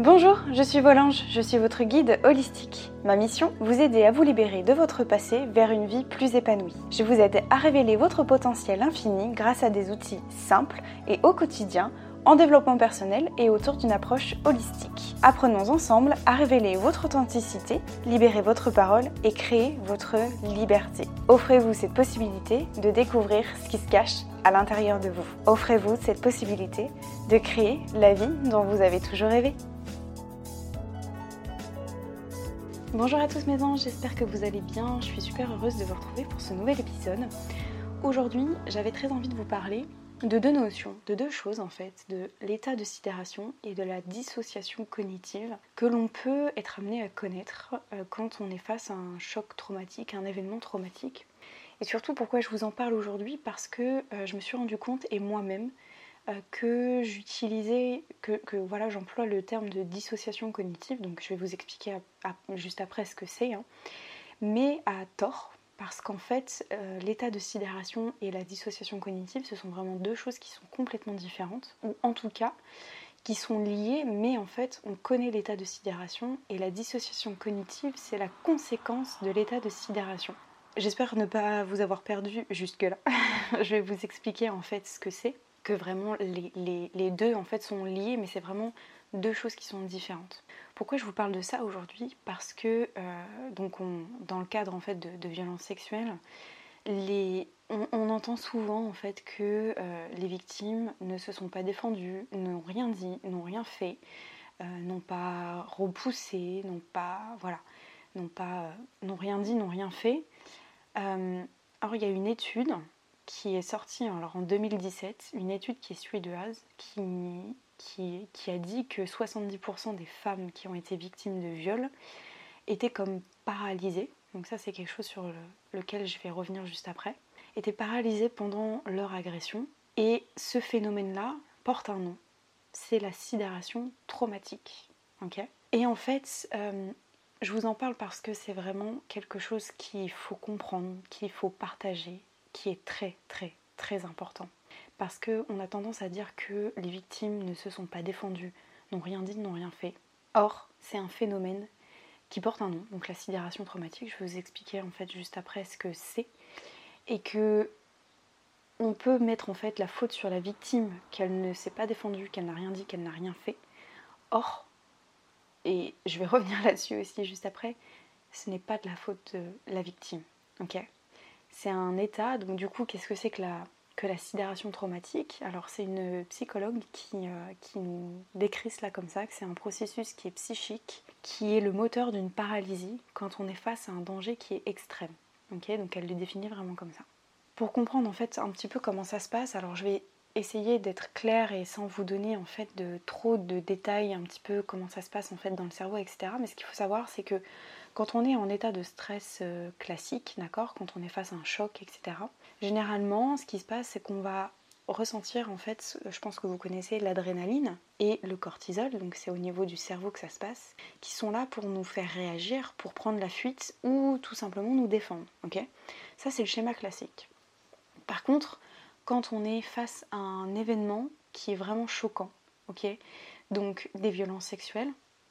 Bonjour, je suis Volange, je suis votre guide holistique. Ma mission, vous aider à vous libérer de votre passé vers une vie plus épanouie. Je vous aide à révéler votre potentiel infini grâce à des outils simples et au quotidien, en développement personnel et autour d'une approche holistique. Apprenons ensemble à révéler votre authenticité, libérer votre parole et créer votre liberté. Offrez-vous cette possibilité de découvrir ce qui se cache à l'intérieur de vous. Offrez-vous cette possibilité de créer la vie dont vous avez toujours rêvé. Bonjour à tous mes anges, j'espère que vous allez bien. Je suis super heureuse de vous retrouver pour ce nouvel épisode. Aujourd'hui, j'avais très envie de vous parler de deux notions, de deux choses en fait, de l'état de sidération et de la dissociation cognitive que l'on peut être amené à connaître quand on est face à un choc traumatique, un événement traumatique. Et surtout pourquoi je vous en parle aujourd'hui, parce que je me suis rendu compte, et moi-même, que j'utilisais, voilà, j'emploie le terme de dissociation cognitive, donc je vais vous expliquer juste après ce que c'est, mais à tort, parce qu'en fait, l'état de sidération et la dissociation cognitive, ce sont vraiment deux choses qui sont complètement différentes, ou en tout cas, qui sont liées, mais en fait, on connaît l'état de sidération, et la dissociation cognitive, c'est la conséquence de l'état de sidération. J'espère ne pas vous avoir perdu jusque-là. Je vais vous expliquer en fait ce que c'est, que vraiment les deux en fait sont liés, mais c'est vraiment deux choses qui sont différentes. Pourquoi je vous parle de ça aujourd'hui ? Parce que dans le cadre en fait de violences sexuelles, on entend souvent en fait que les victimes ne se sont pas défendues, n'ont rien dit, n'ont rien fait, n'ont pas repoussé, n'ont rien dit, n'ont rien fait. Alors il y a une étude qui est sortie en 2017, une étude qui est suédoise, qui a dit que 70% des femmes qui ont été victimes de viol étaient comme paralysées, donc ça c'est quelque chose sur lequel je vais revenir juste après, étaient paralysées pendant leur agression, et ce phénomène-là porte un nom, c'est la sidération traumatique. Okay, et en fait, je vous en parle parce que c'est vraiment quelque chose qu'il faut comprendre, qu'il faut partager, qui est très très très important. Parce qu'on a tendance à dire que les victimes ne se sont pas défendues, n'ont rien dit, n'ont rien fait. Or, c'est un phénomène qui porte un nom, donc la sidération traumatique. Je vais vous expliquer en fait juste après ce que c'est. Et que on peut mettre en fait la faute sur la victime, qu'elle ne s'est pas défendue, qu'elle n'a rien dit, qu'elle n'a rien fait. Or, et je vais revenir là-dessus aussi juste après, ce n'est pas de la faute de la victime. Okay, c'est un état, donc du coup, qu'est-ce que c'est que la sidération traumatique ? Alors c'est une psychologue qui nous décrit cela comme ça, que c'est un processus qui est psychique, qui est le moteur d'une paralysie quand on est face à un danger qui est extrême. Okay, donc elle le définit vraiment comme ça. Pour comprendre en fait un petit peu comment ça se passe, alors je vais essayer d'être claire et sans vous donner en fait trop de détails, un petit peu comment ça se passe en fait dans le cerveau, etc. Mais ce qu'il faut savoir, c'est que quand on est en état de stress classique, d'accord, quand on est face à un choc, etc., généralement, ce qui se passe, c'est qu'on va ressentir, en fait, je pense que vous connaissez l'adrénaline et le cortisol, donc c'est au niveau du cerveau que ça se passe, qui sont là pour nous faire réagir, pour prendre la fuite ou tout simplement nous défendre. Okay, ça, c'est le schéma classique. Par contre, quand on est face à un événement qui est vraiment choquant, okay, donc des violences sexuelles,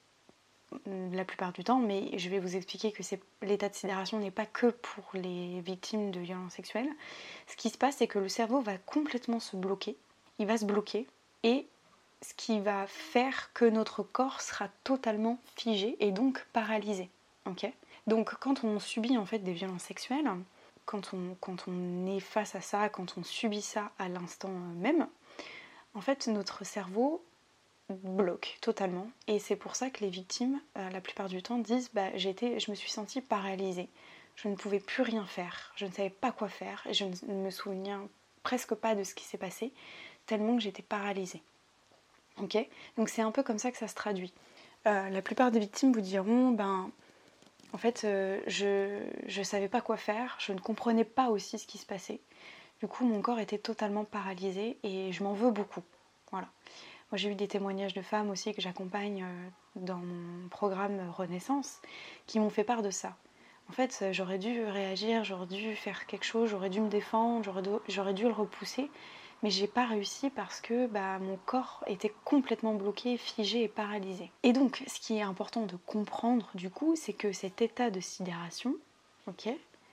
la plupart du temps, mais je vais vous expliquer que l'état de sidération n'est pas que pour les victimes de violences sexuelles. Ce qui se passe, c'est que le cerveau va complètement se bloquer, il va se bloquer, et ce qui va faire que notre corps sera totalement figé et donc paralysé. Okay, donc quand on subit en fait des violences sexuelles, quand on est face à ça, quand on subit ça à l'instant même, en fait notre cerveau bloque totalement, et c'est pour ça que les victimes la plupart du temps disent je me suis sentie paralysée, je ne pouvais plus rien faire, je ne savais pas quoi faire et je ne me souviens presque pas de ce qui s'est passé tellement que j'étais paralysée. Okay, donc c'est un peu comme ça que ça se traduit. La plupart des victimes vous diront en fait je savais pas quoi faire, je ne comprenais pas aussi ce qui se passait, du coup mon corps était totalement paralysé et je m'en veux beaucoup. Voilà. Moi, j'ai eu des témoignages de femmes aussi que j'accompagne dans mon programme Renaissance qui m'ont fait part de ça. En fait, j'aurais dû réagir, j'aurais dû faire quelque chose, j'aurais dû me défendre, j'aurais dû le repousser, mais j'ai pas réussi parce que mon corps était complètement bloqué, figé et paralysé. Et donc, ce qui est important de comprendre du coup, c'est que cet état de sidération, ok,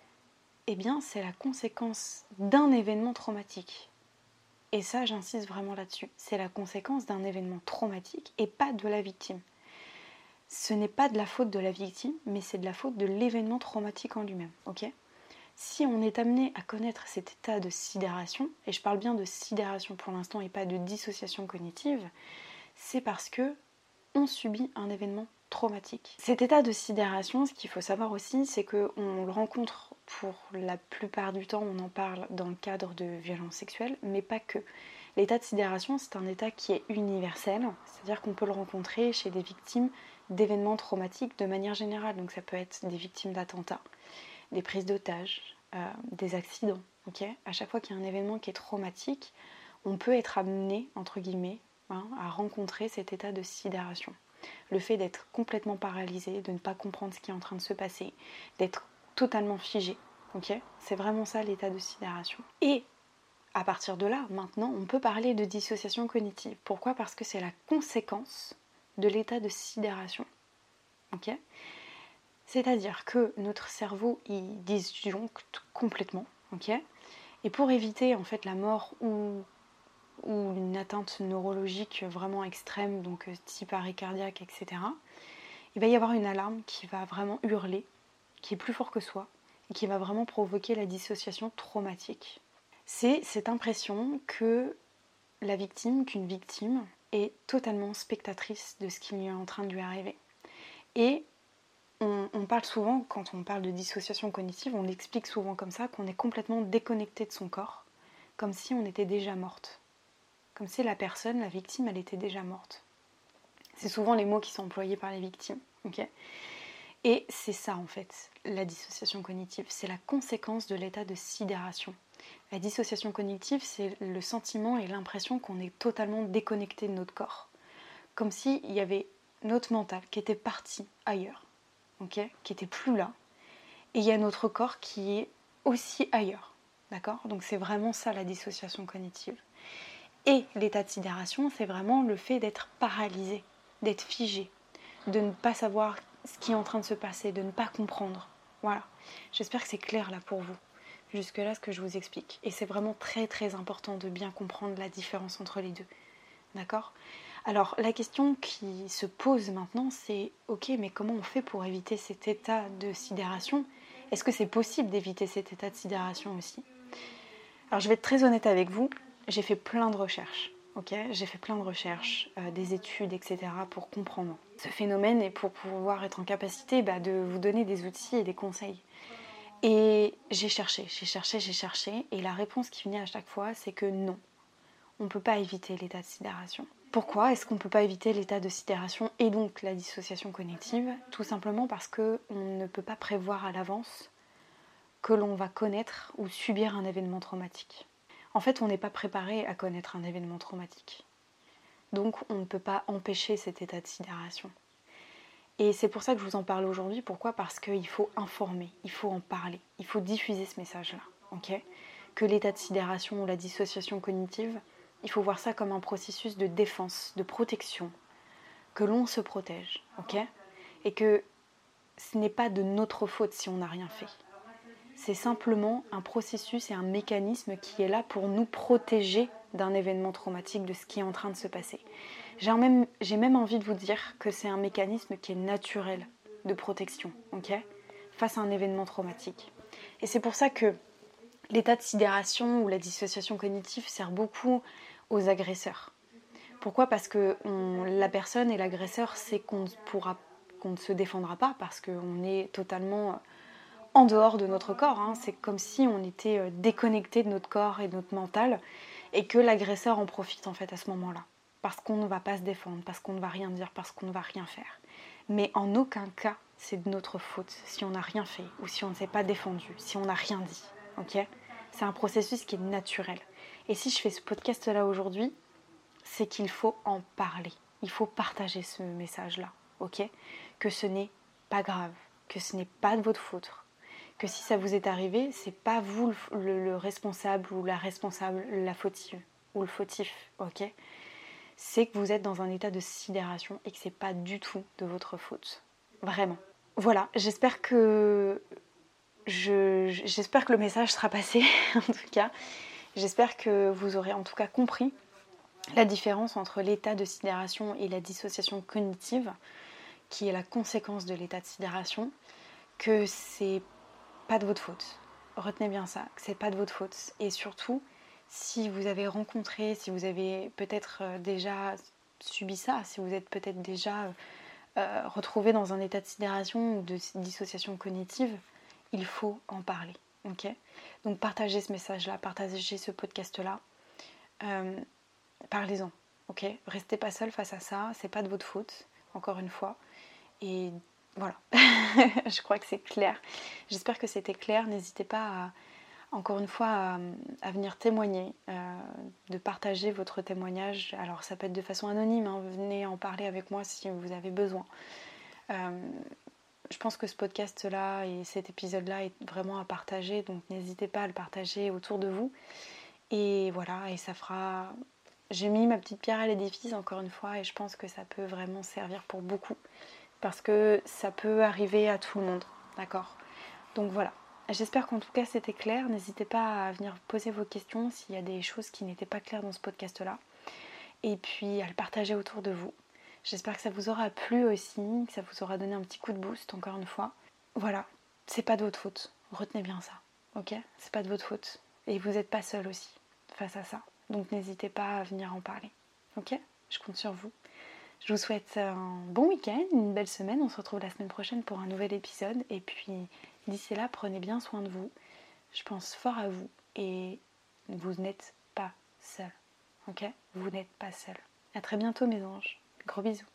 eh bien, c'est la conséquence d'un événement traumatique. Et ça, j'insiste vraiment là-dessus. C'est la conséquence d'un événement traumatique et pas de la victime. Ce n'est pas de la faute de la victime, mais c'est de la faute de l'événement traumatique en lui-même, ok ? Si on est amené à connaître cet état de sidération, et je parle bien de sidération pour l'instant et pas de dissociation cognitive, c'est parce que on subit un événement traumatique. Cet état de sidération, ce qu'il faut savoir aussi, c'est qu'on le rencontre pour la plupart du temps, on en parle dans le cadre de violences sexuelles, mais pas que. L'état de sidération, c'est un état qui est universel, c'est-à-dire qu'on peut le rencontrer chez des victimes d'événements traumatiques de manière générale. Donc ça peut être des victimes d'attentats, des prises d'otages, des accidents. Okay, à chaque fois qu'il y a un événement qui est traumatique, on peut être amené, entre guillemets, à rencontrer cet état de sidération. Le fait d'être complètement paralysé, de ne pas comprendre ce qui est en train de se passer, d'être totalement figé. Okay, c'est vraiment ça l'état de sidération. Et à partir de là, maintenant, on peut parler de dissociation cognitive. Pourquoi ? Parce que c'est la conséquence de l'état de sidération. Okay, c'est-à-dire que notre cerveau il disjoncte complètement, ok ? Et pour éviter en fait la mort ou une atteinte neurologique vraiment extrême, donc type arrêt cardiaque, etc., il va y avoir une alarme qui va vraiment hurler, qui est plus fort que soi, et qui va vraiment provoquer la dissociation traumatique. C'est cette impression que qu'une victime est totalement spectatrice de ce qui lui est en train de lui arriver. Et on parle souvent, quand on parle de dissociation cognitive, on explique souvent comme ça qu'on est complètement déconnecté de son corps, comme si on était déjà morte. Comme si la personne, la victime, elle était déjà morte. C'est souvent les mots qui sont employés par les victimes. Okay, et c'est ça en fait, la dissociation cognitive. C'est la conséquence de l'état de sidération. La dissociation cognitive, c'est le sentiment et l'impression qu'on est totalement déconnecté de notre corps. Comme s'il y avait notre mental qui était parti ailleurs. Okay, qui n'était plus là, et il y a notre corps qui est aussi ailleurs, d'accord ? Donc c'est vraiment ça la dissociation cognitive. Et l'état de sidération, c'est vraiment le fait d'être paralysé, d'être figé, de ne pas savoir ce qui est en train de se passer, de ne pas comprendre. Voilà, j'espère que c'est clair là pour vous, jusque-là ce que je vous explique. Et c'est vraiment très très important de bien comprendre la différence entre les deux, d'accord ? Alors la question qui se pose maintenant, c'est ok, mais comment on fait pour éviter cet état de sidération ? Est-ce que c'est possible d'éviter cet état de sidération aussi ? Alors je vais être très honnête avec vous, j'ai fait plein de recherches, ok ? J'ai fait plein de recherches, des études, etc. pour comprendre ce phénomène et pour pouvoir être en capacité de vous donner des outils et des conseils. Et j'ai cherché, et la réponse qui venait à chaque fois, c'est que non, on ne peut pas éviter l'état de sidération. Pourquoi est-ce qu'on ne peut pas éviter l'état de sidération et donc la dissociation cognitive ? Tout simplement parce qu'on ne peut pas prévoir à l'avance que l'on va connaître ou subir un événement traumatique. En fait, on n'est pas préparé à connaître un événement traumatique. Donc on ne peut pas empêcher cet état de sidération. Et c'est pour ça que je vous en parle aujourd'hui. Pourquoi ? Parce qu'il faut informer, il faut en parler, il faut diffuser ce message-là. Okay ? Que l'état de sidération ou la dissociation cognitive, il faut voir ça comme un processus de défense, de protection, que l'on se protège, ok ? Et que ce n'est pas de notre faute si on n'a rien fait. C'est simplement un processus et un mécanisme qui est là pour nous protéger d'un événement traumatique, de ce qui est en train de se passer. J'ai même envie de vous dire que c'est un mécanisme qui est naturel de protection, ok ? Face à un événement traumatique. Et c'est pour ça que l'état de sidération ou la dissociation cognitive sert beaucoup aux agresseurs. Pourquoi ? Parce que la personne et l'agresseur sait qu'on ne se défendra pas parce qu'on est totalement en dehors de notre corps. Hein. C'est comme si on était déconnecté de notre corps et de notre mental et que l'agresseur en profite en fait à ce moment-là. Parce qu'on ne va pas se défendre, parce qu'on ne va rien dire, parce qu'on ne va rien faire. Mais en aucun cas, c'est de notre faute si on n'a rien fait ou si on ne s'est pas défendu, si on n'a rien dit. Okay ? C'est un processus qui est naturel. Et si je fais ce podcast-là aujourd'hui, c'est qu'il faut en parler. Il faut partager ce message-là, ok ? Que ce n'est pas grave, que ce n'est pas de votre faute, que si ça vous est arrivé, c'est pas vous le responsable ou la responsable, la fautive, ou le fautif, ok? C'est que vous êtes dans un état de sidération et que c'est pas du tout de votre faute. Vraiment. Voilà, j'espère que le message sera passé, en tout cas. J'espère que vous aurez en tout cas compris la différence entre l'état de sidération et la dissociation cognitive, qui est la conséquence de l'état de sidération, que c'est pas de votre faute. Retenez bien ça, que c'est pas de votre faute. Et surtout, si vous avez rencontré, si vous avez peut-être déjà subi ça, si vous êtes peut-être déjà retrouvé dans un état de sidération ou de dissociation cognitive, il faut en parler. Ok ? Donc partagez ce message-là, partagez ce podcast-là. Parlez-en. Ok ? Restez pas seul face à ça, c'est pas de votre faute, encore une fois. Et voilà, je crois que c'est clair. J'espère que c'était clair. N'hésitez pas, encore une fois, à venir témoigner, de partager votre témoignage. Alors ça peut être de façon anonyme, hein. Venez en parler avec moi si vous avez besoin. Je pense que ce podcast-là et cet épisode-là est vraiment à partager, donc n'hésitez pas à le partager autour de vous. Et voilà, et ça fera... J'ai mis ma petite pierre à l'édifice, encore une fois, et je pense que ça peut vraiment servir pour beaucoup. Parce que ça peut arriver à tout le monde, d'accord ? Donc voilà, j'espère qu'en tout cas c'était clair. N'hésitez pas à venir poser vos questions s'il y a des choses qui n'étaient pas claires dans ce podcast-là. Et puis à le partager autour de vous. J'espère que ça vous aura plu aussi, que ça vous aura donné un petit coup de boost, encore une fois. Voilà, c'est pas de votre faute. Retenez bien ça, ok ? C'est pas de votre faute. Et vous n'êtes pas seul aussi face à ça. Donc n'hésitez pas à venir en parler, ok ? Je compte sur vous. Je vous souhaite un bon week-end, une belle semaine. On se retrouve la semaine prochaine pour un nouvel épisode. Et puis d'ici là, prenez bien soin de vous. Je pense fort à vous et vous n'êtes pas seul. Ok ? Vous n'êtes pas seul. À très bientôt mes anges. Gros bisous.